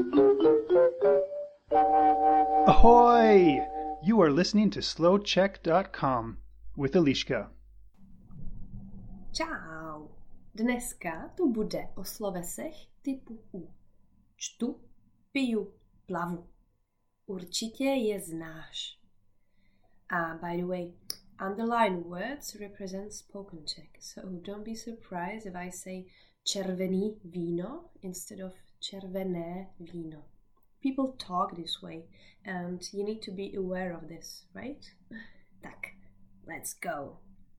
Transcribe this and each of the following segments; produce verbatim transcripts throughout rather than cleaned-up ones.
Ahoy! You are listening to slow check dot com with Eliška. Čau! Dneska tu bude o slovesech typu U. Čtu, piju, plavu. Určitě je znáš. A by the way, underline words represent spoken Czech, so don't be surprised if I say červený víno instead of červené víno. People talk this way and you need to be aware of this, right? Tak, let's go.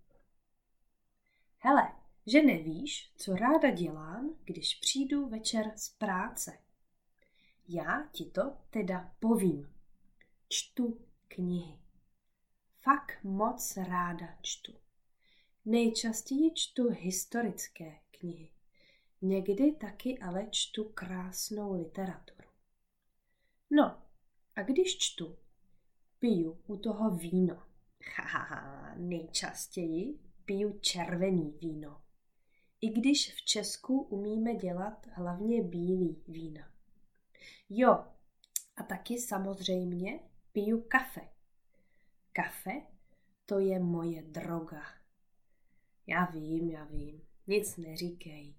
Hele, že nevíš, co ráda dělám, když přijdu večer z práce. Já ti to teda povím. Čtu knihy. Fakt moc ráda čtu. Nejčastěji čtu historické knihy. Někdy taky ale čtu krásnou literaturu. No, a když čtu, piju u toho víno. Hahaha, nejčastěji piju červený víno. I když v Česku umíme dělat hlavně bílý vína. Jo, a taky samozřejmě piju kafe. Kafe, to je moje droga. Já vím, já vím, nic neříkej.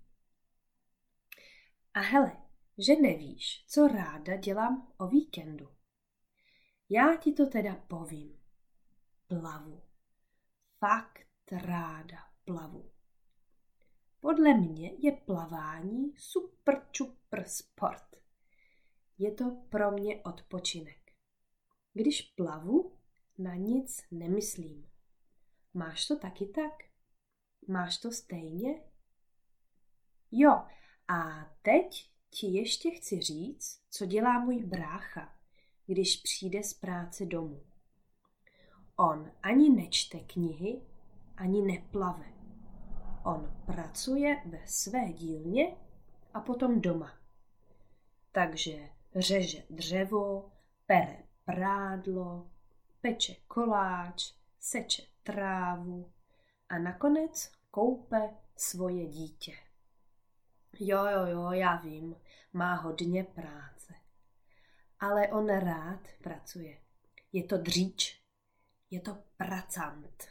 A hele, že nevíš, co ráda dělám o víkendu. Já ti to teda povím. Plavu. Fakt ráda plavu. Podle mě je plavání super čupr sport. Je to pro mě odpočinek. Když plavu, na nic nemyslím. Máš to taky tak? Máš to stejně? Jo, a teď ti ještě chci říct, co dělá můj brácha, když přijde z práce domů. On ani nečte knihy, ani neplave. On pracuje ve své dílně a potom doma. Takže řeže dřevo, pere prádlo, peče koláč, seče trávu a nakonec koupe svoje dítě. Jo, jo, jo, já vím, má hodně práce. Ale on rád pracuje. Je to dříč, je to pracant.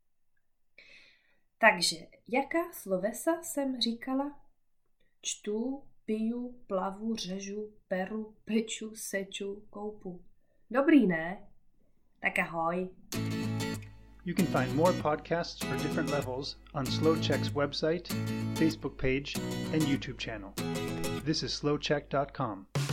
Takže, jaká slovesa jsem říkala? Čtu, piju, plavu, řežu, peru, peču, seču, koupu. Dobrý, ne? Tak ahoj. You can find more podcasts for different levels on SlowCheck's website, Facebook page, and YouTube channel. This is slow check dot com.